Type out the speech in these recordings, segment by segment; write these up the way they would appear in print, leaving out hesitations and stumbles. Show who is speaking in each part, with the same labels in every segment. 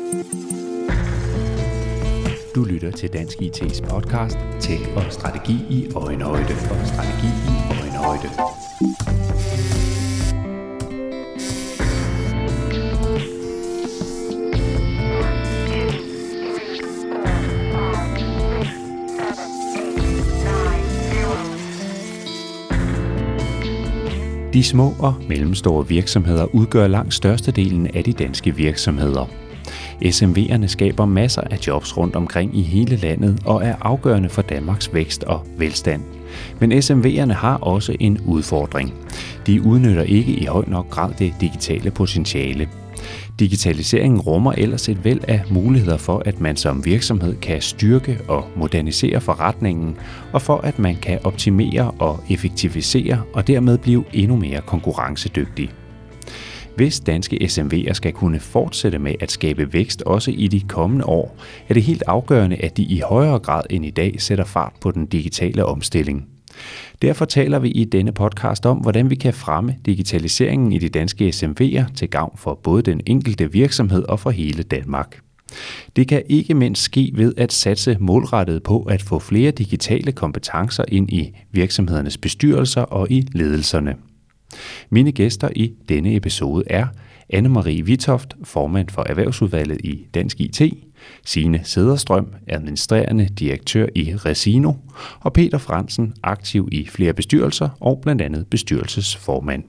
Speaker 1: Du lytter til Dansk IT's podcast Tech og strategi i øjenhøjde. De små og mellemstore virksomheder udgør langt størstedelen af de danske virksomheder. SMV'erne skaber masser af jobs rundt omkring i hele landet og er afgørende for Danmarks vækst og velstand. Men SMV'erne har også en udfordring. De udnytter ikke i høj nok grad det digitale potentiale. Digitaliseringen rummer ellers et væld af muligheder for, at man som virksomhed kan styrke og modernisere forretningen, og for at man kan optimere og effektivisere og dermed blive endnu mere konkurrencedygtig. Hvis danske SMV'er skal kunne fortsætte med at skabe vækst også i de kommende år, er det helt afgørende, at de i højere grad end i dag sætter fart på den digitale omstilling. Derfor taler vi i denne podcast om, hvordan vi kan fremme digitaliseringen i de danske SMV'er til gavn for både den enkelte virksomhed og for hele Danmark. Det kan ikke mindst ske ved at satse målrettet på at få flere digitale kompetencer ind i virksomhedernes bestyrelser og i ledelserne. Mine gæster i denne episode er Anne-Marie Vitoft, formand for Erhvervsudvalget i Dansk IT, Signe Cederstrøm, administrerende direktør i Resino, og Peter Frandsen, aktiv i flere bestyrelser og blandt andet bestyrelsesformand.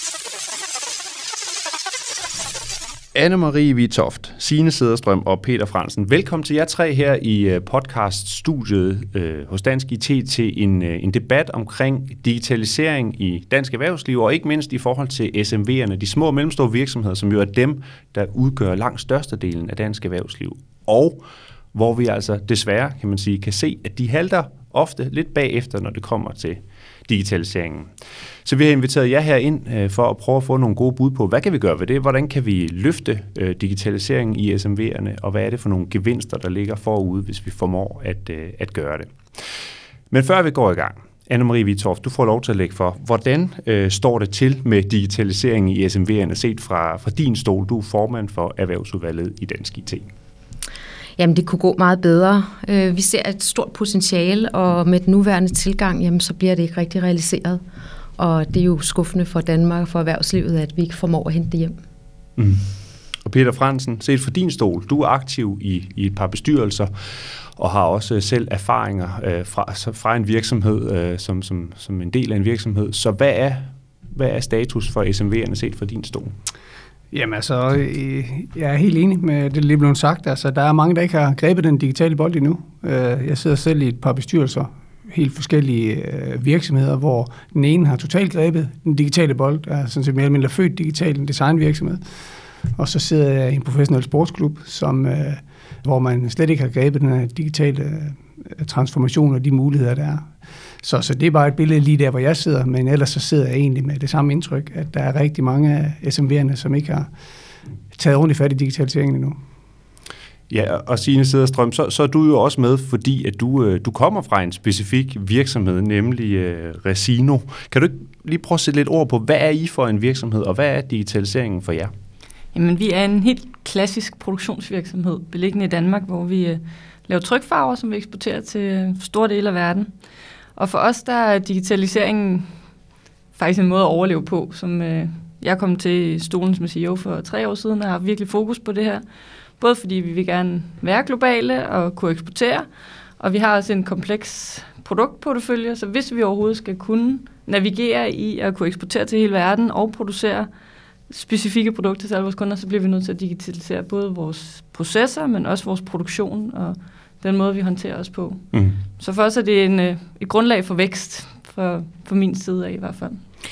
Speaker 1: Anne-Marie Vitoft, Signe Cederstrøm og Peter Frandsen. Velkommen til jer tre her i podcaststudiet hos Dansk IT til en debat omkring digitalisering i dansk erhvervsliv, og ikke mindst i forhold til SMV'erne, de små og mellemstore virksomheder, som jo er dem, der udgør langt størstedelen af dansk erhvervsliv. Og hvor vi altså desværre, kan man sige, kan se, at de halter ofte lidt bagefter, når det kommer til digitaliseringen. Så vi har inviteret jer her ind for at prøve at få nogle gode bud på, hvad kan vi gøre ved det? Hvordan kan vi løfte digitaliseringen i SMV'erne, og hvad er det for nogle gevinster, der ligger forude, hvis vi formår at gøre det? Men før vi går i gang, Anne-Marie Vitoft, du får lov til at lægge for, hvordan står det til med digitaliseringen i SMV'erne set fra din stol? Du er formand for Erhvervsudvalget i Dansk IT.
Speaker 2: Jamen, det kunne gå meget bedre. Vi ser et stort potentiale, og med den nuværende tilgang, jamen, så bliver det ikke rigtig realiseret. Og det er jo skuffende for Danmark og for erhvervslivet, at vi ikke formår at hente det hjem.
Speaker 1: Mm. Og Peter Frandsen, set fra din stol, du er aktiv i et par bestyrelser, og har også selv erfaringer fra en virksomhed, som en del af en virksomhed. Så hvad er status for SMV'erne set fra din stol?
Speaker 3: Jamen altså, jeg er helt enig med det, der lige blev sagt. Altså, der er mange, der ikke har grebet den digitale bold endnu. Jeg sidder selv i et par bestyrelser, helt forskellige virksomheder, hvor den ene har totalt grebet den digitale bold, er sådan set mere eller mindre født digital, en designvirksomhed. Og så sidder jeg i en professionel sportsklub, hvor man slet ikke har grebet den her digitale transformation og de muligheder, der er. Så det er bare et billede lige der, hvor jeg sidder, men ellers så sidder jeg egentlig med det samme indtryk, at der er rigtig mange af SMV'erne, som ikke har taget ordentligt fat i digitaliseringen endnu.
Speaker 1: Ja, og Signe Cederstrøm, så er du jo også med, fordi at du kommer fra en specifik virksomhed, nemlig Resino. Kan du ikke lige prøve at sætte lidt ord på, hvad er I for en virksomhed, og hvad er digitaliseringen for jer?
Speaker 4: Jamen, vi er en helt klassisk produktionsvirksomhed, beliggende i Danmark, hvor vi laver trykfarver, som vi eksporterer til store dele af verden. Og for os, der er digitaliseringen faktisk en måde at overleve på, som jeg kom til stolen som CEO for 3 år siden, og har virkelig fokus på det her. Både fordi vi vil gerne være globale og kunne eksportere, og vi har også en kompleks produktportefølje, så hvis vi overhovedet skal kunne navigere i at kunne eksportere til hele verden og producere specifikke produkter til alle vores kunder, så bliver vi nødt til at digitalisere både vores processer, men også vores produktion og den måde, vi håndterer os på. Mm. Så for os er det et grundlag for vækst, for min side af i hvert fald.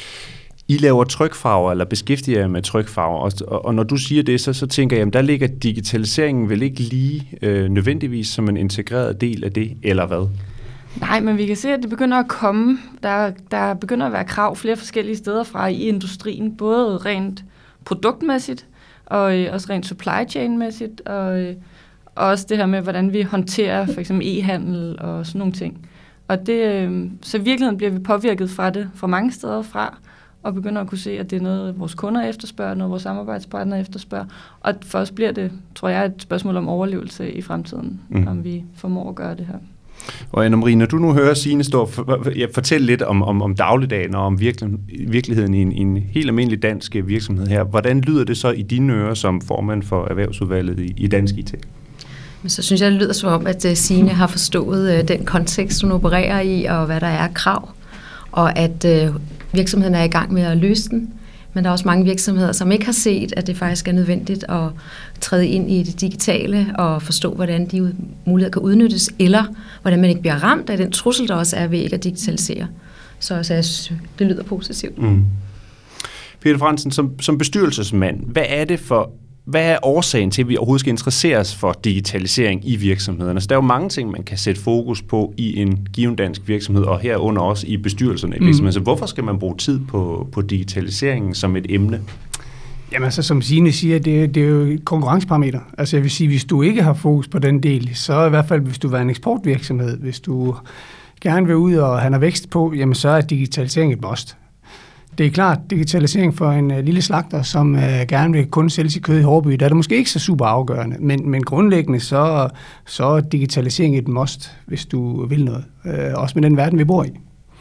Speaker 1: I laver trykfarver, eller beskæftiger jer med trykfarver, og når du siger det, så tænker jeg, at der ligger digitaliseringen vel ikke lige nødvendigvis som en integreret del af det, eller hvad?
Speaker 4: Nej, men vi kan se, at det begynder at komme. Der begynder at være krav flere forskellige steder fra i industrien, både rent produktmæssigt, og også rent supply chain-mæssigt, og også det her med, hvordan vi håndterer for eksempel e-handel og sådan nogle ting. Og så i virkeligheden bliver vi påvirket fra det fra mange steder fra, og begynder at kunne se, at det er noget, vores kunder efterspørger, noget vores samarbejdspartnere efterspørger. Og for os bliver det, tror jeg, et spørgsmål om overlevelse i fremtiden, om vi formår at gøre det her.
Speaker 1: Og Anna-Marie, når du nu hører Signe stå og fortælle lidt om dagligdagen og om virkeligheden i en helt almindelig dansk virksomhed her, hvordan lyder det så i dine ører som formand for Erhvervsudvalget i Dansk IT?
Speaker 2: Men så synes jeg, det lyder som om, at Signe har forstået den kontekst, hun opererer i, og hvad der er krav, og at virksomheden er i gang med at løse den. Men der er også mange virksomheder, som ikke har set, at det faktisk er nødvendigt at træde ind i det digitale og forstå, hvordan de muligheder kan udnyttes, eller hvordan man ikke bliver ramt af den trussel, der også er ved ikke at digitalisere. Så det lyder positivt.
Speaker 1: Peter Frandsen, som bestyrelsesmand, hvad er årsagen til, at vi overhovedet skal interessere os for digitalisering i virksomhederne? Så der er jo mange ting, man kan sætte fokus på i en given dansk virksomhed, og herunder også i bestyrelserne i virksomheden. Så hvorfor skal man bruge tid på digitaliseringen som et emne?
Speaker 3: Jamen altså, som Signe siger, det er jo et konkurrenceparameter. Altså jeg vil sige, hvis du ikke har fokus på den del, så i hvert fald, hvis du vil være en eksportvirksomhed, hvis du gerne vil ud og have noget vækst på, jamen så er digitalisering et must. Det er klart, digitalisering for en lille slagter, som gerne vil kun sælge sit kød i Hårby, der er det måske ikke så super afgørende, men grundlæggende så er digitalisering et must, hvis du vil noget. Også med den verden, vi bor i.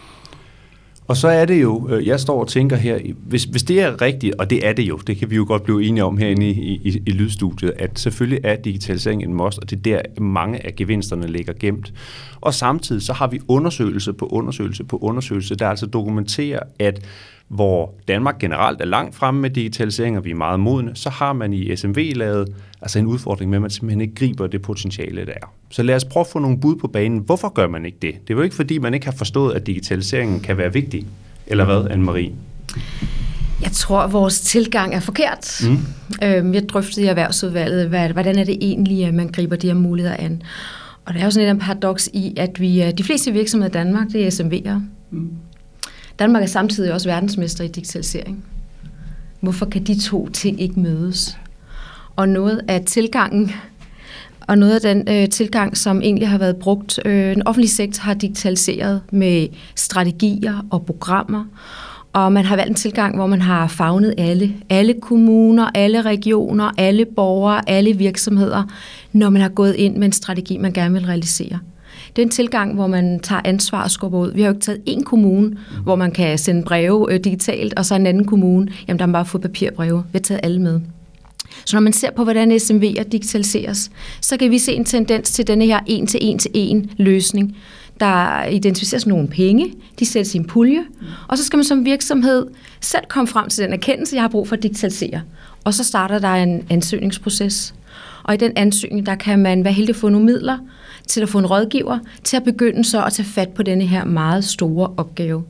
Speaker 1: Og så er det jo, jeg står og tænker her, hvis det er rigtigt, og det er det jo, det kan vi jo godt blive enige om herinde i lydstudiet, at selvfølgelig er digitalisering en must, og det er der mange af gevinsterne ligger gemt. Og samtidig så har vi undersøgelse på undersøgelse, der altså dokumenterer, at hvor Danmark generelt er langt fremme med digitalisering, og vi er meget modne, så har man i SMV-laget altså en udfordring med, at man simpelthen ikke griber det potentiale, der er. Så lad os prøve at få nogle bud på banen. Hvorfor gør man ikke det? Det er jo ikke, fordi man ikke har forstået, at digitaliseringen kan være vigtig. Eller hvad, Anne-Marie?
Speaker 2: Jeg tror, at vores tilgang er forkert. Jeg drøftede i Erhvervsudvalget, hvordan er det egentlig, at man griber de her muligheder an. Og der er jo sådan et paradoks i, at de fleste virksomheder i Danmark, det er SMV'er. Danmark er samtidig også verdensmester i digitalisering. Hvorfor kan de to ting ikke mødes? Og noget af tilgangen, og noget af den tilgang, som egentlig har været brugt, den offentlige sektor har digitaliseret med strategier og programmer, og man har valgt en tilgang, hvor man har favnet alle kommuner, alle regioner, alle borgere, alle virksomheder, når man har gået ind med en strategi, man gerne vil realisere. Det er en tilgang, hvor man tager ansvar og skubber ud. Vi har jo ikke taget én kommune, hvor man kan sende breve digitalt, og så en anden kommune, jamen der man bare fået papirbreve. Vi har taget alle med. Så når man ser på, hvordan SMV'er digitaliseres, så kan vi se en tendens til denne her en-til-en løsning. Der identificeres nogle penge, de sættes i en pulje, og så skal man som virksomhed selv komme frem til den erkendelse, jeg har brug for at digitalisere. Og så starter der en ansøgningsproces. Og i den ansøgning, der kan man være heldig at få nogle midler til at få en rådgiver, til at begynde så at tage fat på denne her meget store opgave.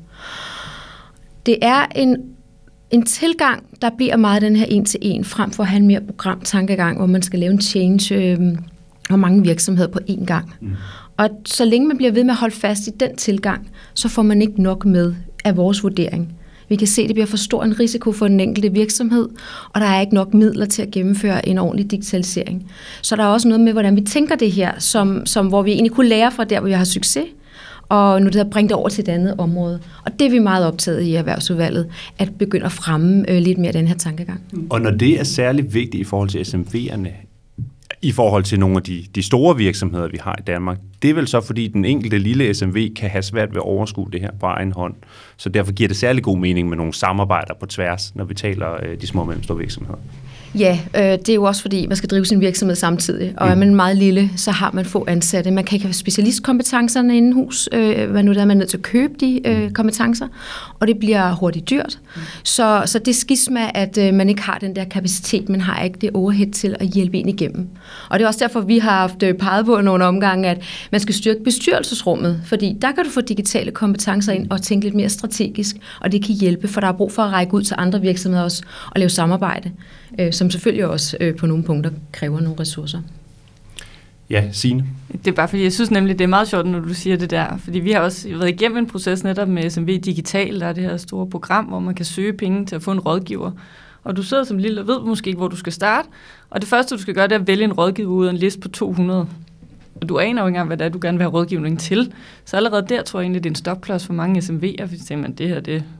Speaker 2: Det er en tilgang, der bliver meget den her en-til-en, frem for at have en mere programtankegang, hvor man skal lave en change og mange virksomheder på én gang. Og så længe man bliver ved med at holde fast i den tilgang, så får man ikke nok med af vores vurdering. Vi kan se, at det bliver for stor en risiko for den enkelte virksomhed, og der er ikke nok midler til at gennemføre en ordentlig digitalisering. Så der er også noget med, hvordan vi tænker det her, som hvor vi egentlig kunne lære fra der, hvor vi har succes, og nu det har bringt det over til et andet område. Og det er vi meget optaget i Erhvervsudvalget, at begynde at fremme lidt mere den her tankegang.
Speaker 1: Og når det er særlig vigtigt i forhold til SMV'erne, i forhold til nogle af de store virksomheder, vi har i Danmark, det er vel så, fordi den enkelte lille SMV kan have svært ved at overskue det her på egen hånd. Så derfor giver det særlig god mening med nogle samarbejder på tværs, når vi taler de små og mellemstore virksomheder.
Speaker 2: Ja, det er jo også fordi, man skal drive sin virksomhed samtidig, og er man meget lille, så har man få ansatte. Man kan ikke have specialistkompetencerne inden hus, hvad nu der er man nødt til at købe de kompetencer, og det bliver hurtigt dyrt. Så det skisma, at man ikke har den der kapacitet, man har ikke det overhead til at hjælpe en igennem. Og det er også derfor, vi har haft peget på nogle omgange, at man skal styrke bestyrelsesrummet, fordi der kan du få digitale kompetencer ind og tænke lidt mere strategisk, og det kan hjælpe, for der er brug for at række ud til andre virksomheder også og lave samarbejde, som selvfølgelig også på nogle punkter kræver nogle ressourcer.
Speaker 1: Ja, Signe?
Speaker 4: Det er bare fordi, jeg synes nemlig, det er meget sjovt, når du siger det der, fordi vi har også været igennem en proces netop med SMV Digital, der er det her store program, hvor man kan søge penge til at få en rådgiver. Og du sidder som lille og ved måske ikke, hvor du skal starte, og det første, du skal gøre, det er at vælge en rådgiver ud af en liste på 200. Og du aner jo ikke engang, hvad det er, du gerne vil have rådgivning til. Så allerede der tror jeg egentlig, det er en stopklods for mange SMV'er, fordi man, det her, det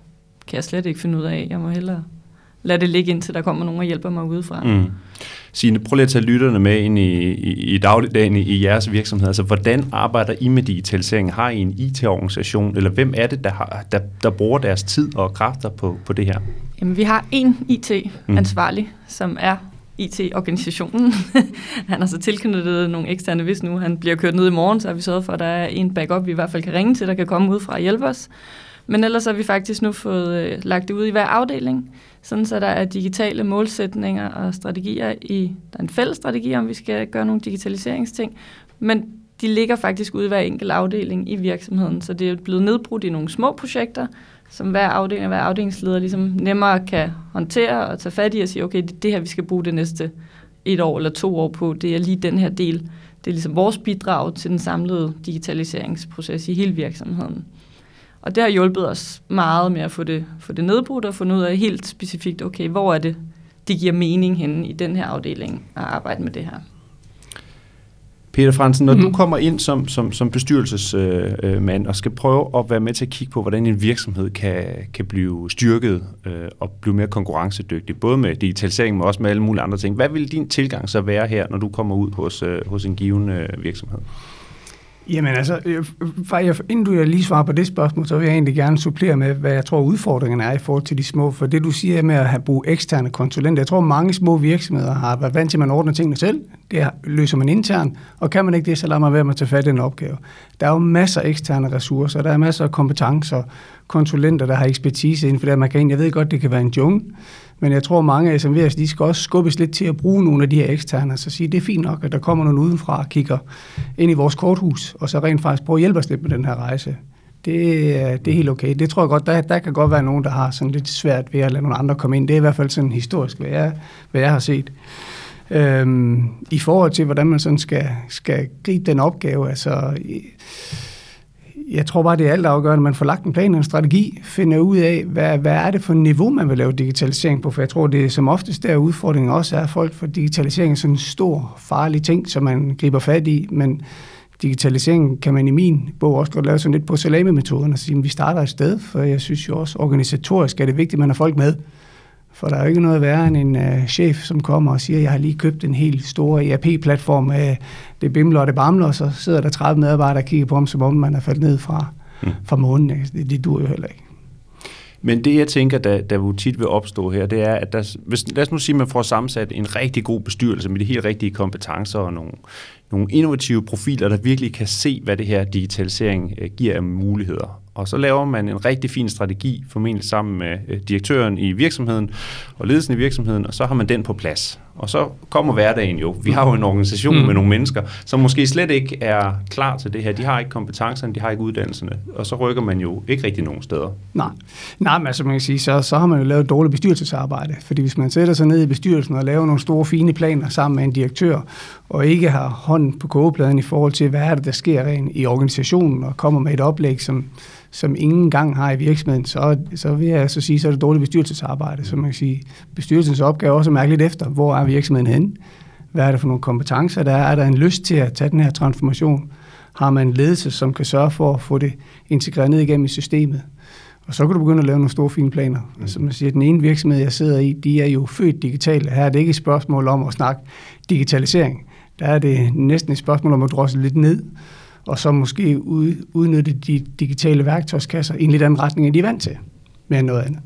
Speaker 4: kan jeg slet ikke finde ud af. Jeg må hellere lade det ligge, indtil der kommer nogen og hjælper mig udefra.
Speaker 1: Signe, prøv lige at tage lytterne med ind i dagligdagen i jeres virksomhed. Altså, hvordan arbejder I med digitalisering? Har I en IT-organisation, eller hvem er det, der bruger deres tid og kræfter på det her?
Speaker 4: Jamen, vi har en IT-ansvarlig, som er IT-organisationen. Han har så tilknyttet nogle eksterne, hvis nu han bliver kørt ned i morgen, så har vi sørget for, at der er en backup, vi i hvert fald kan ringe til, der kan komme ud fra og hjælpe os. Men ellers har vi faktisk nu fået lagt det ud i hver afdeling, sådan så der er digitale målsætninger og strategier der er en fælles strategi, om vi skal gøre nogle digitaliseringsting, men de ligger faktisk ude i hver enkelt afdeling i virksomheden, så det er blevet nedbrudt i nogle små projekter, som hver afdeling og hver afdelingsleder ligesom nemmere kan håndtere og tage fat i og sige, okay, det her, vi skal bruge det næste 1 år eller 2 år på, det er lige den her del. Det er ligesom vores bidrag til den samlede digitaliseringsproces i hele virksomheden. Og det har hjulpet os meget med at få det nedbrudt og fundet ud af helt specifikt, okay, hvor er det giver mening henne i den her afdeling at arbejde med det her.
Speaker 1: Peter Frandsen, når du kommer ind som bestyrelsesmand og skal prøve at være med til at kigge på, hvordan en virksomhed kan blive styrket og blive mere konkurrencedygtig, både med digitalisering, men også med alle mulige andre ting. Hvad vil din tilgang så være her, når du kommer ud hos en given virksomhed?
Speaker 3: Jamen altså, inden du lige svarer på det spørgsmål, så vil jeg egentlig gerne supplere med, hvad jeg tror udfordringerne er i forhold til de små. For det du siger med at bruge eksterne konsulenter, jeg tror mange små virksomheder har været vant til, at man ordner tingene selv. Det løser man internt, og kan man ikke det, så lader man være med at tage fat i den opgave. Der er jo masser af eksterne ressourcer, der er masser af kompetencer, konsulenter, der har ekspertise inden for det, man kan. Jeg ved godt, det kan være en jungle, men jeg tror, mange af SMV'er, de skal også skubbes lidt til at bruge nogle af de her eksterne, så sige, det er fint nok, at der kommer nogen udenfra og kigger ind i vores korthus, og så rent faktisk prøve at hjælpe os lidt med den her rejse. Det er helt okay. Det tror jeg godt, der kan godt være nogen, der har sådan lidt svært ved at lade nogle andre komme ind. Det er i hvert fald sådan historisk, hvad jeg har set. I forhold til, hvordan man sådan skal gribe den opgave, altså jeg tror bare, det er alt afgørende, at man får lagt en plan og en strategi, finder ud af, hvad er det for et niveau, man vil lave digitalisering på, for jeg tror, det er som oftest der udfordringen også er, folk for digitalisering er sådan en stor, farlig ting, som man griber fat i, men digitaliseringen kan man i min bog også godt lave sådan lidt på salami-metoden og sige, at vi starter et sted, for jeg synes jo også organisatorisk er det vigtigt, at man har folk med. For der er jo ikke noget værre end en chef, som kommer og siger, at jeg har lige købt en helt stor ERP-platform med det bimler og det bamler, og så sidder der 30 medarbejdere og kigger på ham, som om man er faldet ned fra månen. Det duer jo heller ikke.
Speaker 1: Men det, jeg tænker, der jo tit vil opstå her, det er, at lad os nu sige, at man får sammensat en rigtig god bestyrelse med de helt rigtige kompetencer og nogle innovative profiler, der virkelig kan se, hvad det her digitalisering giver af muligheder. Og så laver man en rigtig fin strategi, formentlig sammen med direktøren i virksomheden og ledelsen i virksomheden, og så har man den på plads. Og så kommer hverdagen jo. Vi har jo en organisation med nogle mennesker, som måske slet ikke er klar til det her. De har ikke kompetencerne, de har ikke uddannelserne, og så rykker man jo ikke rigtig nogen steder.
Speaker 3: Nej, men altså man kan sige, så har man jo lavet et dårligt bestyrelsesarbejde. Fordi hvis man sætter sig ned i bestyrelsen og laver nogle store, fine planer sammen med en direktør, og ikke har hånden på kogepladen i forhold til, hvad er det, der sker rent i organisationen, og kommer med et oplæg, som ingen gang har i virksomheden, så vil jeg så sige, så er det dårligt bestyrelsesarbejde. Så man kan sige, bestyrelsens opgave er også mærkeligt efter, hvor er virksomheden henne? Hvad er det for nogle kompetencer, der er? Er der en lyst til at tage den her transformation? Har man en ledelse, som kan sørge for at få det integreret ned igennem i systemet? Og så kan du begynde at lave nogle store, fine planer. Som man siger, den ene virksomhed, jeg sidder i, de er jo født digitale. Her er det ikke et spørgsmål om at snakke digitalisering. Der er det næsten et spørgsmål om at drosse lidt ned, og så måske udnytte de digitale værktøjskasser i en lidt anden retning, end de er vant til, mere end noget andet.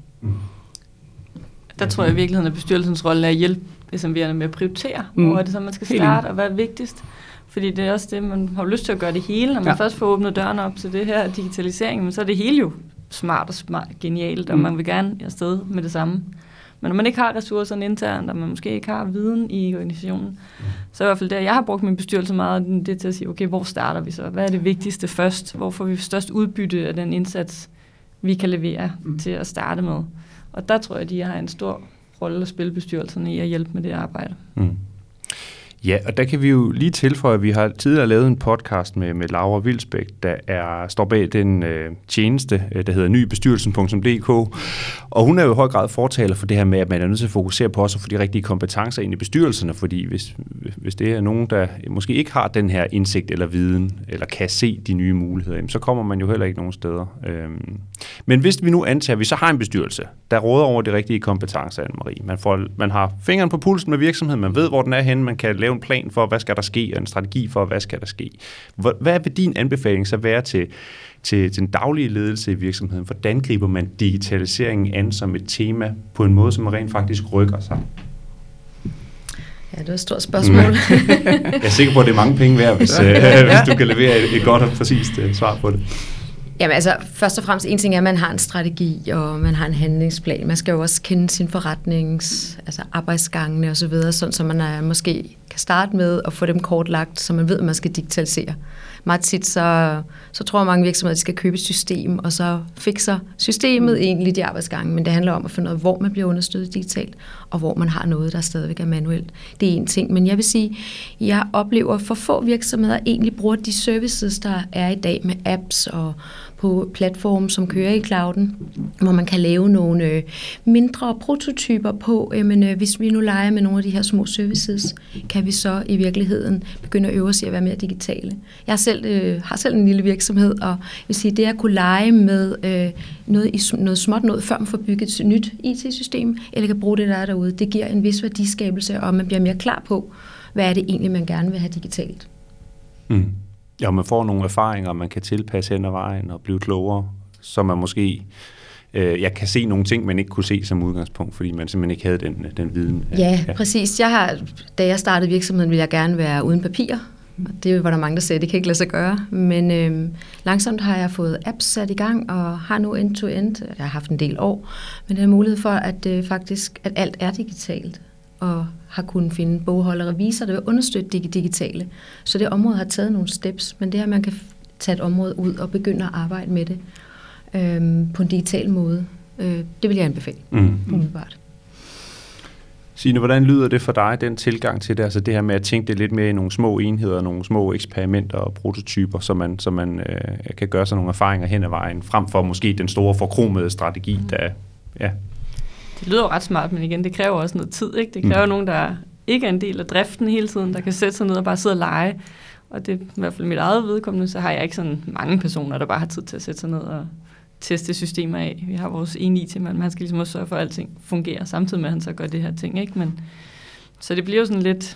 Speaker 4: Der tror jeg i virkeligheden, at bestyrelsens rolle er at hjælpe SMV'erne med at prioritere, hvor er det så, man skal starte, og hvad er vigtigst. Fordi det er også det, man har lyst til at gøre det hele. Når man først får åbnet dørene op til det her digitalisering, men så er det hele jo smart og genialt, og man vil gerne afsted med det samme. Men når man ikke har ressourcerne internt, og man måske ikke har viden i organisationen, så i hvert fald der, jeg har brugt min bestyrelse meget, det til at sige, okay, hvor starter vi så? Hvad er det vigtigste først? Hvor får vi størst udbytte af den indsats, vi kan levere til at starte med? Og der tror jeg, at de har en stor rolle at spille bestyrelserne i at hjælpe med det arbejde.
Speaker 1: Ja, og der kan vi jo lige tilføje, at vi har tidligere lavet en podcast med Laura Vilsbæk, der står bag den tjeneste, der hedder nybestyrelsen.dk, og hun er jo i høj grad fortaler for det her med, at man er nødt til at fokusere på også at få de rigtige kompetencer ind i bestyrelserne, fordi hvis det er nogen, der måske ikke har den her indsigt eller viden, eller kan se de nye muligheder, så kommer man jo heller ikke nogen steder. Men hvis vi nu antager, at vi så har en bestyrelse, der råder over de rigtige kompetencer, Anne-Marie, man har fingeren på pulsen med virksomheden, man ved, hvor den er henne, man kan lave en plan for, hvad skal der ske, og en strategi for, hvad skal der ske. Hvad vil din anbefaling så være til den daglige ledelse i virksomheden? Hvordan griber man digitaliseringen an som et tema på en måde, som rent faktisk rykker sig?
Speaker 2: Ja, det er et stort spørgsmål.
Speaker 1: Jeg er sikker på, at det er mange penge værd, hvis du kan levere et godt og præcist svar på det.
Speaker 2: Jamen altså, først og fremmest en ting er, at man har en strategi, og man har en handlingsplan. Man skal jo også kende sin arbejdsgangene og så videre, sådan så man måske kan starte med at få dem kortlagt, så man ved, at man skal digitalisere. Meget tit, så tror mange virksomheder, at de skal købe et system, og så fikser systemet egentlig de arbejdsgange, men det handler om at finde ud af, hvor man bliver understøttet digitalt, og hvor man har noget, der stadigvæk er manuelt. Det er en ting, men jeg vil sige, jeg oplever, for få virksomheder egentlig bruger de services, der er i dag med apps og på platforme, som kører i clouden, hvor man kan lave nogle mindre prototyper på, hvis vi nu leger med nogle af de her små services, kan vi så i virkeligheden begynde at øve os i at være mere digitale. Jeg har selv en lille virksomhed, og vil sige, det at kunne lege med noget småt noget, før man får bygget et nyt IT-system, eller kan bruge det, der er derude, det giver en vis værdiskabelse, og man bliver mere klar på, hvad er det egentlig, man gerne vil have digitalt. Mm.
Speaker 1: Ja, man får nogle erfaringer, man kan tilpasse hen ad vejen og blive klogere, så man måske jeg kan se nogle ting, man ikke kunne se som udgangspunkt, fordi man simpelthen ikke havde den viden.
Speaker 2: Ja, præcis. Da jeg startede virksomheden, ville jeg gerne være uden papir. Det var der mange, der sagde, det kan ikke lade sig gøre. Men langsomt har jeg fået apps sat i gang, og har nu end-to-end. Jeg har haft en del år, men det er mulighed for, at alt er digitalt. Og har kunnet finde bogholder og revisor, der vil understøtte det digitale. Så det område har taget nogle steps, men det her, man kan tage et område ud og begynde at arbejde med det på en digital måde. Det vil jeg anbefale. Umiddelbart.
Speaker 1: Signe, hvordan lyder det for dig, den tilgang til det? Altså det her med at tænke det lidt mere i nogle små enheder, nogle små eksperimenter og prototyper, så man kan gøre sig nogle erfaringer hen ad vejen, frem for måske den store forkromede strategi, der... Ja.
Speaker 4: Det lyder jo ret smart, men igen, det kræver også noget tid, ikke? Det kræver nogen, der ikke er en del af driften hele tiden, der kan sætte sig ned og bare sidde og lege. Og det er i hvert fald mit eget vedkommende, så har jeg ikke sådan mange personer, der bare har tid til at sætte sig ned og teste systemer af. Vi har vores ene IT-mand, men han skal ligesom også sørge for, at alting fungerer, samtidig med, at han så gør det her ting, ikke? Men, så det bliver jo sådan lidt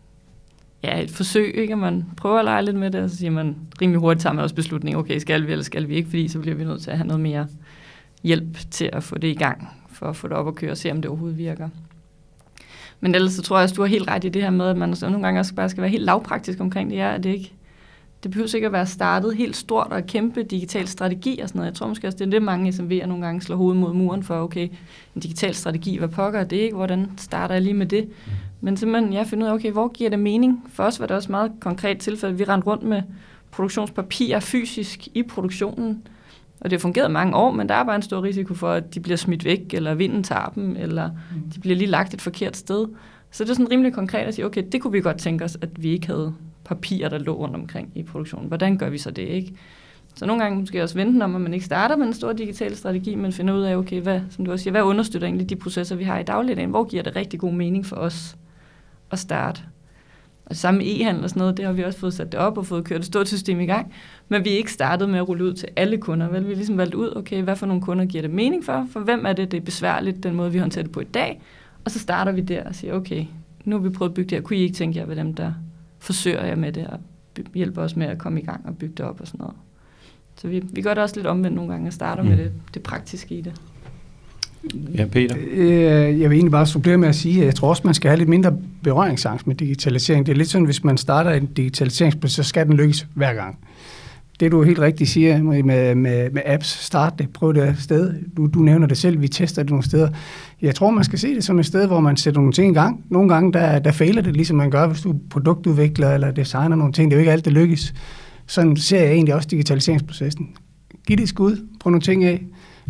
Speaker 4: et forsøg, ikke? At man prøver at lege lidt med det, og så siger man rimelig hurtigt, tager man også beslutning, okay, skal vi eller skal vi ikke, fordi så bliver vi nødt til at have noget mere hjælp til at få det i gang, for at få det op at køre og se, om det overhovedet virker. Men ellers så tror jeg, at du har helt ret i det her med, at man nogle gange også bare skal være helt lavpraktisk omkring det. Det behøver ikke at være startet helt stort og kæmpe digital strategi og sådan noget. Jeg tror måske også, det er det, mange SMV'er nogle gange slår hovedet mod muren for, okay, en digital strategi, hvad pokker det ikke? Hvordan starter jeg lige med det? Men simpelthen, finde ud af, okay, hvor giver det mening? For os var det også meget konkret tilfælde. Vi rendte rundt med produktionspapir fysisk i produktionen, og det har fungeret mange år, men der er bare en stor risiko for, at de bliver smidt væk, eller vinden tager dem, eller de bliver lige lagt et forkert sted. Så det er sådan rimelig konkret at sige, okay, det kunne vi godt tænke os, at vi ikke havde papirer, der lå rundt omkring i produktionen. Hvordan gør vi så det, ikke? Så nogle gange måske også vente om, at man ikke starter med en stor digital strategi, men finder ud af, okay, hvad understøtter egentlig de processer, vi har i dagligdagen? Hvor giver det rigtig god mening for os at starte? Og samme med e-handel og sådan noget, det har vi også fået sat det op og fået kørt et stort system i gang, men vi er ikke startet med at rulle ud til alle kunder. Vel, vi har ligesom valgt ud, okay, hvad for nogle kunder giver det mening for hvem er det er besværligt, den måde vi håndterer det på i dag, og så starter vi der og siger, okay, nu har vi prøvet at bygge det her, kunne I ikke tænke jer ved dem, der forsøger jer med det, og hjælper os med at komme i gang og bygge det op og sådan noget. Så vi gør det også lidt omvendt nogle gange og starter med det praktiske i det.
Speaker 1: Ja, Peter?
Speaker 3: Jeg vil egentlig bare supplere med at sige, at jeg tror også, man skal have lidt mindre berøringsangst med digitalisering. Det er lidt sådan, hvis man starter en digitaliseringsproces, så skal den lykkes hver gang. Det du helt rigtigt siger med apps, start det, prøv det sted. Du nævner det selv, vi tester det nogle steder. Jeg tror, man skal se det som et sted, hvor man sætter nogle ting i gang. Nogle gange, der fejler det, ligesom man gør, hvis du er produktudvikler eller designer nogle ting. Det er jo ikke alt, det lykkes. Sådan ser jeg egentlig også digitaliseringsprocessen. Giv det et skud, prøv nogle ting af.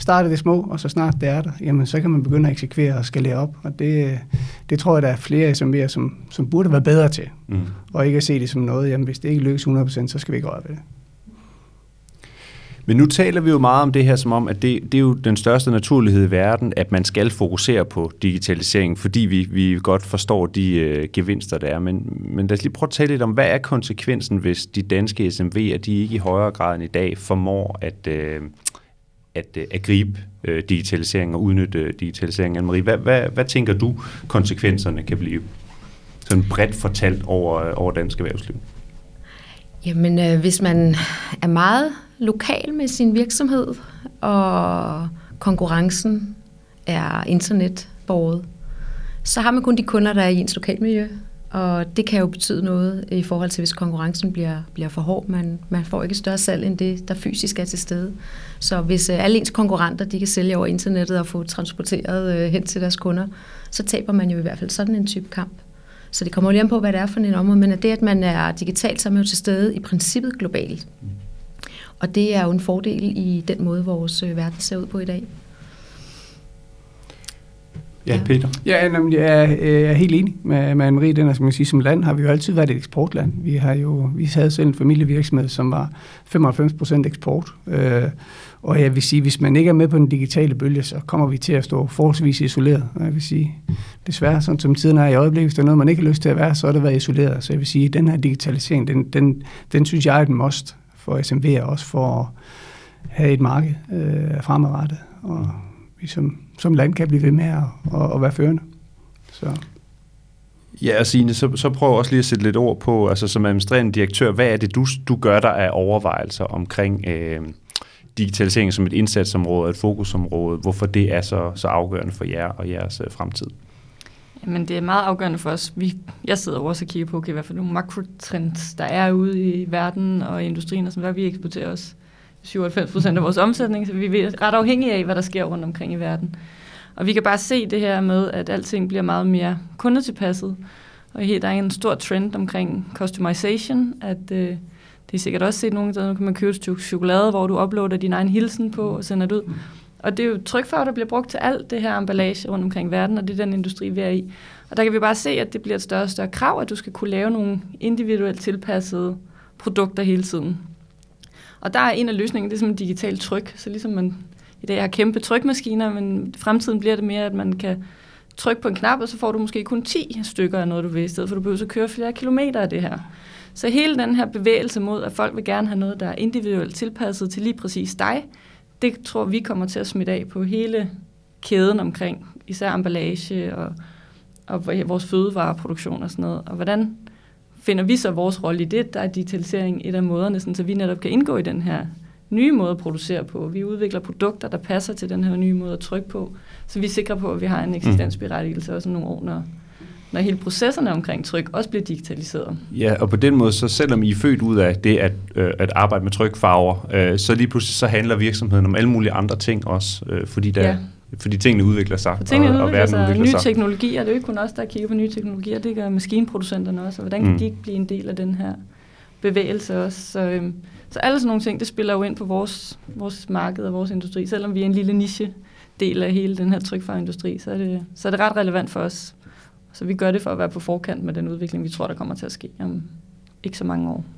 Speaker 3: starte det små, og så snart det er der, jamen så kan man begynde at eksekvere og skalere op. Og det tror jeg, der er flere SMV'er, som burde være bedre til. Og ikke at se det som noget, jamen hvis det ikke lykkes 100%, så skal vi ikke røre ved det.
Speaker 1: Men nu taler vi jo meget om det her, som om, at det er jo den største naturlighed i verden, at man skal fokusere på digitalisering, fordi vi godt forstår de gevinster, der er. Men lad os lige prøve at tale lidt om, hvad er konsekvensen, hvis de danske SMV'er, de ikke i højere grad end i dag formår at gribe digitalisering og udnytte digitalisering? Anne-Marie, hvad tænker du, konsekvenserne kan blive sådan bredt fortalt over dansk erhvervsliv?
Speaker 2: Jamen, hvis man er meget lokal med sin virksomhed, og konkurrencen er internetbåret, så har man kun de kunder, der er i ens lokalmiljø, og det kan jo betyde noget i forhold til, hvis konkurrencen bliver for hård. Man får ikke større salg end det, der fysisk er til stede. Så hvis alle ens konkurrenter, de kan sælge over internettet og få transporteret hen til deres kunder, så taber man jo i hvert fald sådan en type kamp. Så det kommer jo lige an på, hvad det er for en område, men det, at man er digitalt, så er man jo til stede i princippet globalt. Og det er jo en fordel i den måde, vores verden ser ud på i dag.
Speaker 1: Ja, Peter?
Speaker 3: Ja, nemlig, jeg er helt enig med Anne-Marie. Den, skal man sige, som land har vi jo altid været et eksportland. Vi havde selv en familievirksomhed, som var 95% eksport. Og jeg vil sige, hvis man ikke er med på den digitale bølge, så kommer vi til at stå forholdsvis isoleret. Og jeg vil sige, desværre, sådan som tiden er i øjeblikket, hvis der er noget, man ikke har lyst til at være, så er det været isoleret. Så jeg vil sige, at den her digitalisering, den synes jeg er den must for SMV'er, også for at have et marked fremadrettet. Og vi som land kan blive ved med at være førende. Så.
Speaker 1: Ja, og Signe, så prøv også lige at sætte lidt ord på, altså som administrerende direktør, hvad er det, du gør der af overvejelser omkring digitalisering som et indsatsområde, et fokusområde, hvorfor det er så afgørende for jer og jeres fremtid?
Speaker 4: Jamen, det er meget afgørende for os. Jeg sidder også og kigger på, hvad for nogle makrotrends, der er ude i verden og i industrien, og sådan hvad vi eksporterer os 97% af vores omsætning, så vi er ret afhængige af, hvad der sker rundt omkring i verden. Og vi kan bare se det her med, at alting bliver meget mere kundetilpasset, og der er en stor trend omkring customization, at det er sikkert også set nogle steder, nu kan man købe et stykke chokolade, hvor du uploader din egen hilsen på og sender det ud. Og det er jo trykfarve, der bliver brugt til alt det her emballage rundt omkring verden, og det er den industri, vi er i. Og der kan vi bare se, at det bliver et større og større krav, at du skal kunne lave nogle individuelt tilpassede produkter hele tiden. Og der er en af løsningerne, det er som digital tryk. Så ligesom man i dag har kæmpe trykmaskiner, men i fremtiden bliver det mere, at man kan trykke på en knap, og så får du måske kun 10 stykker af noget, du vil i stedet, for du behøver så køre flere kilometer af det her. Så hele den her bevægelse mod, at folk vil gerne have noget, der er individuelt tilpasset til lige præcis dig, det tror vi kommer til at smitte af på hele kæden omkring, især emballage og vores fødevareproduktion og sådan noget. Og hvordan finder vi så vores rolle i det? Der er digitalisering et af måderne, sådan, så vi netop kan indgå i den her nye måde at producere på. Vi udvikler produkter, der passer til den her nye måde at trykke på, så vi er sikre på, at vi har en eksistensberettigelse også nogle år, når hele processerne omkring tryk også bliver digitaliseret. Ja,
Speaker 1: og på den måde, så selvom I er født ud af det at arbejde med trykfarver, så lige pludselig så handler virksomheden om alle mulige andre ting også, fordi tingene udvikler sig, og verden udvikler
Speaker 4: nye
Speaker 1: sig.
Speaker 4: Nye teknologier, det er jo ikke kun os, der kigger på nye teknologier, det gør maskinproducenterne også, og hvordan kan de ikke blive en del af den her bevægelse også? Så alle sådan nogle ting, det spiller jo ind på vores marked og vores industri. Selvom vi er en lille niche-del af hele den her trykfarveindustri, så er det ret relevant for os. Så vi gør det for at være på forkant med den udvikling, vi tror, der kommer til at ske om ikke så mange år.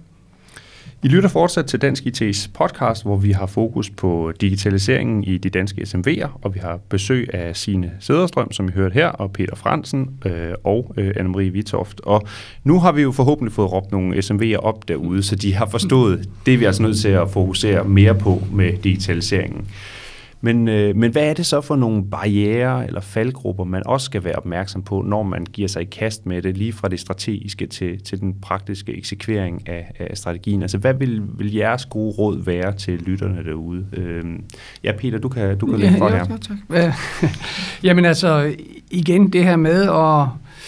Speaker 1: I lytter fortsat til Dansk IT's podcast, hvor vi har fokus på digitaliseringen i de danske SMV'er, og vi har besøg af Signe Cederstrøm, som I hørte her, og Peter Frandsen og Anne-Marie Vitoft. Og nu har vi jo forhåbentlig fået råbt nogle SMV'er op derude, så de har forstået, det er vi altså nødt til at fokusere mere på med digitaliseringen. Men hvad er det så for nogle barrierer eller faldgrupper, man også skal være opmærksom på, når man giver sig i kast med det, lige fra det strategiske til den praktiske eksekvering af strategien? Altså, hvad vil jeres gode råd være til lytterne derude? Ja, Peter, du kan lægge for her.
Speaker 3: Tak. Jamen altså, igen det her med, og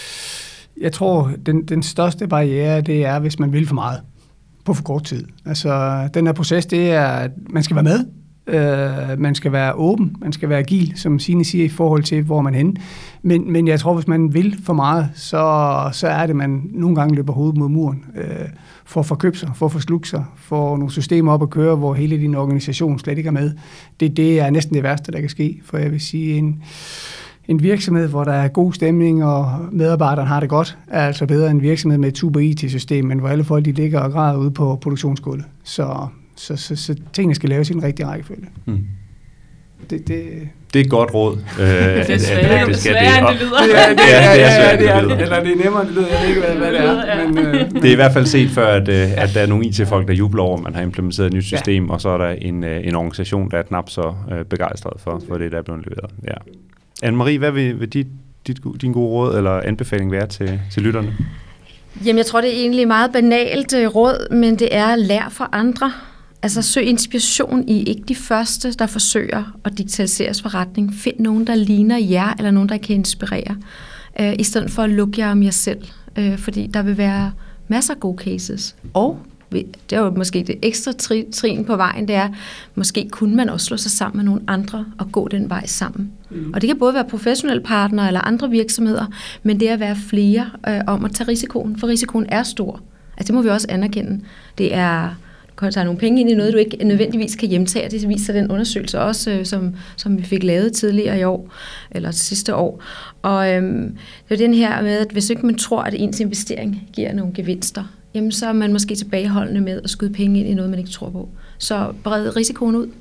Speaker 3: jeg tror, den største barriere, det er, hvis man vil for meget på for kort tid. Altså, den her proces, det er, at man skal være med. Man skal være åben, man skal være agil, som Signe siger, i forhold til, hvor man er henne. Men jeg tror, hvis man vil for meget, så er det, man nogle gange løber hovedet mod muren. For at forkøbe sig, for at forslukke sig, for nogle systemer op at køre, hvor hele din organisation slet ikke er med. Det er næsten det værste, der kan ske. For jeg vil sige, en virksomhed, hvor der er god stemning, og medarbejderne har det godt, er altså bedre end en virksomhed med et super IT-system, men hvor alle folk de ligger og græder ude på produktionsgulvet. Så tingene skal laves i en rigtig rækkefølge.
Speaker 1: Det er et godt råd.
Speaker 4: Det er sværere, end det lyder.
Speaker 3: Det er nemmere, end det lyder. Jeg ved ikke, hvad det er. Men,
Speaker 1: det er i hvert fald set før, at der er nogle IT-folk, der jubler over, at man har implementeret et nyt system, og så er der en organisation, der er knap så begejstret for det, der er blevet leveret. Ja. Anne-Marie, hvad vil din gode råd eller anbefaling være til lytterne?
Speaker 2: Jamen, jeg tror, det er egentlig meget banalt råd, men det er at lære fra andre. Altså søg inspiration i ikke de første, der forsøger at digitalisere forretning. Find nogen, der ligner jer, eller nogen, der kan inspirere, i stedet for at lukke jer om jer selv. Fordi der vil være masser af gode cases. Og det er jo måske det ekstra trin på vejen, det er, måske kunne man også slå sig sammen med nogle andre og gå den vej sammen. Og det kan både være professionelle partnere eller andre virksomheder, men det er at være flere om at tage risikoen, for risikoen er stor. Altså det må vi også anerkende. Det er kan tage nogle penge ind i noget, du ikke nødvendigvis kan hjemtage. Det viser den undersøgelse også, som vi fik lavet tidligere i år, eller sidste år. Og det er den her med, at hvis ikke man tror, at ens investering giver nogle gevinster, jamen så er man måske tilbageholdende med at skyde penge ind i noget, man ikke tror på. Så bred risikoen ud.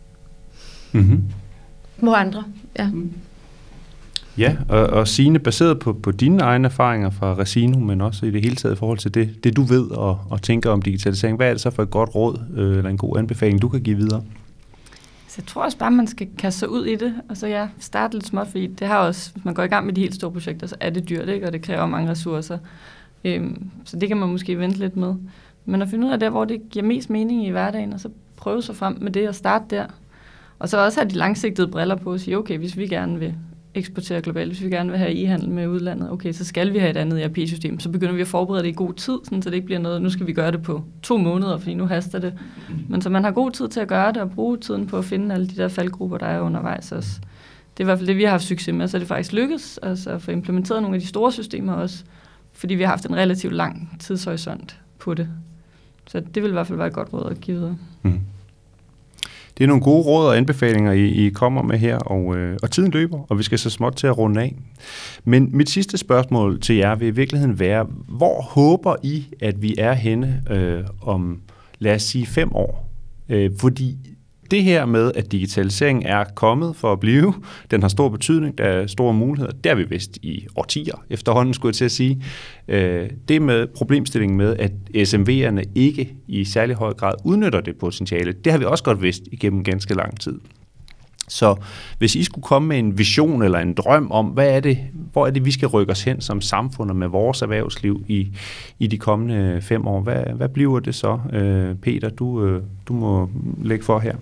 Speaker 2: Hvor andre, ja.
Speaker 1: Ja, og Signe, baseret på dine egne erfaringer fra Resino, men også i det hele taget i forhold til det du ved og tænker om digitalisering, hvad er det så for et godt råd eller en god anbefaling, du kan give videre?
Speaker 4: Så jeg tror også bare, man skal kaste sig ud i det, og så starte lidt småt, fordi det har også, hvis man går i gang med de helt store projekter, så er det dyrt, ikke? Og det kræver mange ressourcer. Så det kan man måske vente lidt med. Men at finde ud af der, hvor det giver mest mening i hverdagen, og så prøve sig frem med det og starte der. Og så også have de langsigtede briller på og sige, okay, hvis vi gerne vil eksportere globalt, hvis vi gerne vil have e-handel med udlandet, okay, så skal vi have et andet ERP-system. Så begynder vi at forberede det i god tid, sådan, så det ikke bliver noget, nu skal vi gøre det på 2 måneder, fordi nu haster det. Men så man har god tid til at gøre det, og bruge tiden på at finde alle de der faldgrupper, der er undervejs også. Det er i hvert fald det, vi har haft succes med, så det faktisk lykkes altså at få implementeret nogle af de store systemer også, fordi vi har haft en relativt lang tidshorisont på det. Så det vil i hvert fald være et godt råd at give videre.
Speaker 1: Det er nogle gode råd og anbefalinger, I kommer med her, og tiden løber, og vi skal så småt til at runde af. Men mit sidste spørgsmål til jer vil i virkeligheden være, hvor håber I, at vi er henne om, lad os sige, 5 år? Fordi det her med, at digitaliseringen er kommet for at blive, den har stor betydning, der er store muligheder, det har vi vist i årtier efterhånden, skulle jeg til at sige. Det med problemstillingen med, at SMV'erne ikke i særlig høj grad udnytter det potentiale, det har vi også godt vidst igennem ganske lang tid. Så hvis I skulle komme med en vision eller en drøm om, hvor er det, vi skal rykke os hen som samfund og med vores erhvervsliv i de kommende 5 år, hvad bliver det så? Peter, du må lægge for her.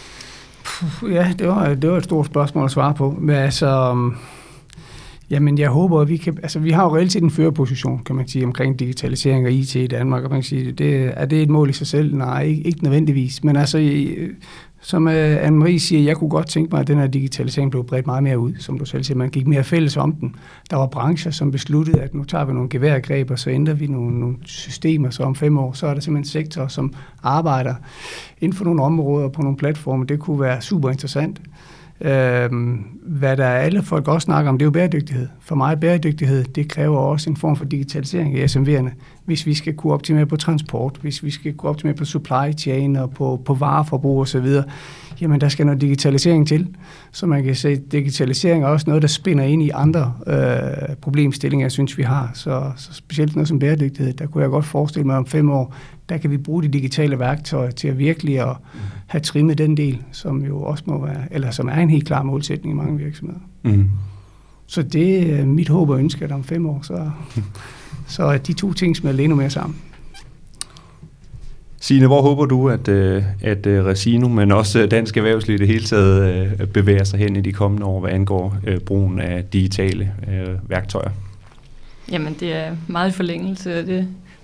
Speaker 3: Ja, det var et stort spørgsmål at svare på. Men altså, jamen jeg håber, at vi kan, altså vi har jo reelt set en førerposition, kan man sige, omkring digitalisering og IT i Danmark, og man kan sige, er det et mål i sig selv? Nej, ikke nødvendigvis, men altså, som Anne-Marie siger, jeg kunne godt tænke mig, at den her digitalisering blev bredt meget mere ud, som du selv siger, man gik mere fælles om den. Der var brancher, som besluttede, at nu tager vi nogle geværgreb, og så ændrer vi nogle systemer, så om 5 år, så er der simpelthen sektorer, som arbejder inden for nogle områder på nogle platforme. Det kunne være super interessant. Hvad der alle folk også snakker om, det er jo bæredygtighed. For mig bæredygtighed, det kræver også en form for digitalisering i SMV'erne. Hvis vi skal kunne optimere på transport, hvis vi skal kunne optimere på supply chain og på vareforbrug osv., jamen der skal noget digitalisering til. Så man kan se, at digitalisering er også noget, der spinder ind i andre problemstillinger, jeg synes, vi har. Så specielt noget som bæredygtighed, der kunne jeg godt forestille mig om 5 år, der kan vi bruge de digitale værktøjer til at virkelig at have trimmet den del, som jo også må være, eller som er en helt klar målsætning i mange virksomheder. Så det er mit håb og ønske, at om 5 år, så er de 2 ting smelter endnu mere sammen.
Speaker 1: Signe, hvor håber du, at Resino, men også dansk erhvervsliv i det hele taget bevæger sig hen i de kommende år, hvad angår brugen af digitale værktøjer?
Speaker 4: Jamen, det er meget i forlængelse af det,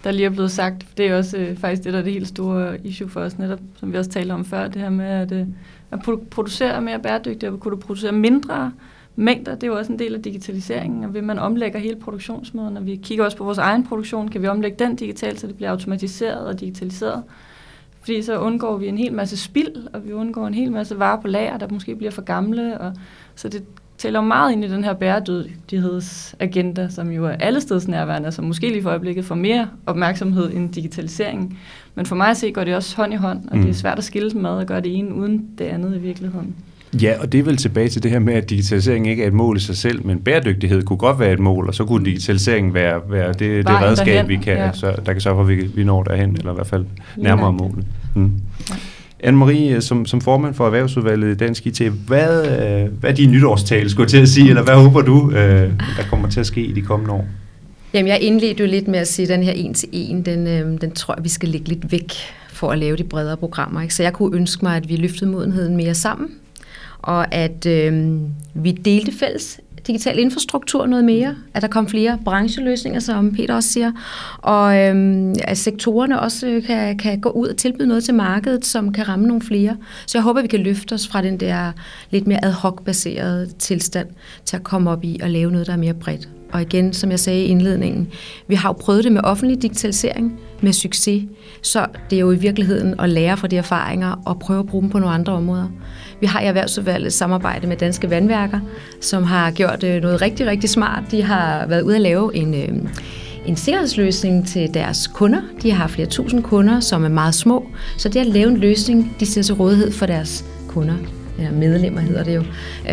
Speaker 4: der lige er blevet sagt. Det er også faktisk det, der er det helt store issue for os netop, som vi også talte om før, det her med at producere mere bæredygtigt, og kunne du producere mindre mængder, det er jo også en del af digitaliseringen, og vil man omlægger hele produktionsmåden, og vi kigger også på vores egen produktion, kan vi omlægge den digitalt, så det bliver automatiseret og digitaliseret, fordi så undgår vi en hel masse spild, og vi undgår en hel masse varer på lager, der måske bliver for gamle, og så det tæller meget ind i den her bæredygtighedsagenda, som jo er allesteds nærværende, som måske lige for øjeblikket får mere opmærksomhed end digitalisering. Men for mig at se, går det også hånd i hånd, og det er svært at skille dem ad og gøre det ene uden det andet i virkeligheden.
Speaker 1: Ja, og det er vel tilbage til det her med, at digitalisering ikke er et mål i sig selv, men bæredygtighed kunne godt være et mål, og så kunne digitalisering være det redskab, vi kan, der kan sørge for, at vi når derhen, eller i hvert fald nærmere målet. Ja. Anne-Marie, som formand for Erhvervsudvalget i Dansk IT, hvad er din nytårstale, skulle jeg til at sige, eller hvad håber du, der kommer til at ske i de kommende år?
Speaker 2: Jamen, jeg indledte jo lidt med at sige, at den her 1-til-1, den tror jeg, vi skal lægge lidt væk for at lave de bredere programmer. Ikke? Så jeg kunne ønske mig, at vi løftede modenheden mere sammen, og at vi delte fælles digital infrastruktur noget mere, at der kom flere brancheløsninger, som Peter også siger, og at sektorerne også kan gå ud og tilbyde noget til markedet, som kan ramme nogle flere. Så jeg håber, vi kan løfte os fra den der lidt mere ad hoc-baserede tilstand til at komme op i og lave noget, der er mere bredt. Og igen, som jeg sagde i indledningen, vi har jo prøvet det med offentlig digitalisering med succes, så det er jo i virkeligheden at lære fra de erfaringer og prøve at bruge dem på nogle andre områder. Vi har i Erhvervsudvalget samarbejde med Danske Vandværker, som har gjort noget rigtig, rigtig smart. De har været ude at lave en sikkerhedsløsning til deres kunder. De har flere tusind kunder, som er meget små, så det at lave en løsning, de ser til rådighed for deres kunder, eller medlemmer hedder det jo.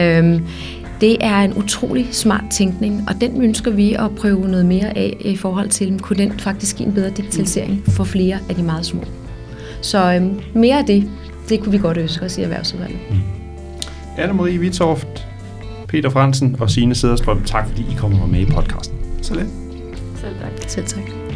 Speaker 2: Det er en utrolig smart tænkning, og den ønsker vi at prøve noget mere af i forhold til, kunne den faktisk give en bedre digitalisering for flere af de meget små. Så mere af det kunne vi godt ønske os i Erhvervsudvalget.
Speaker 1: Anne-Marie Vitorft, Peter Frandsen og Signe Sederstrøm, tak fordi I kommer med i podcasten.
Speaker 3: Så lidt.
Speaker 4: Selv tak.
Speaker 2: Selv tak.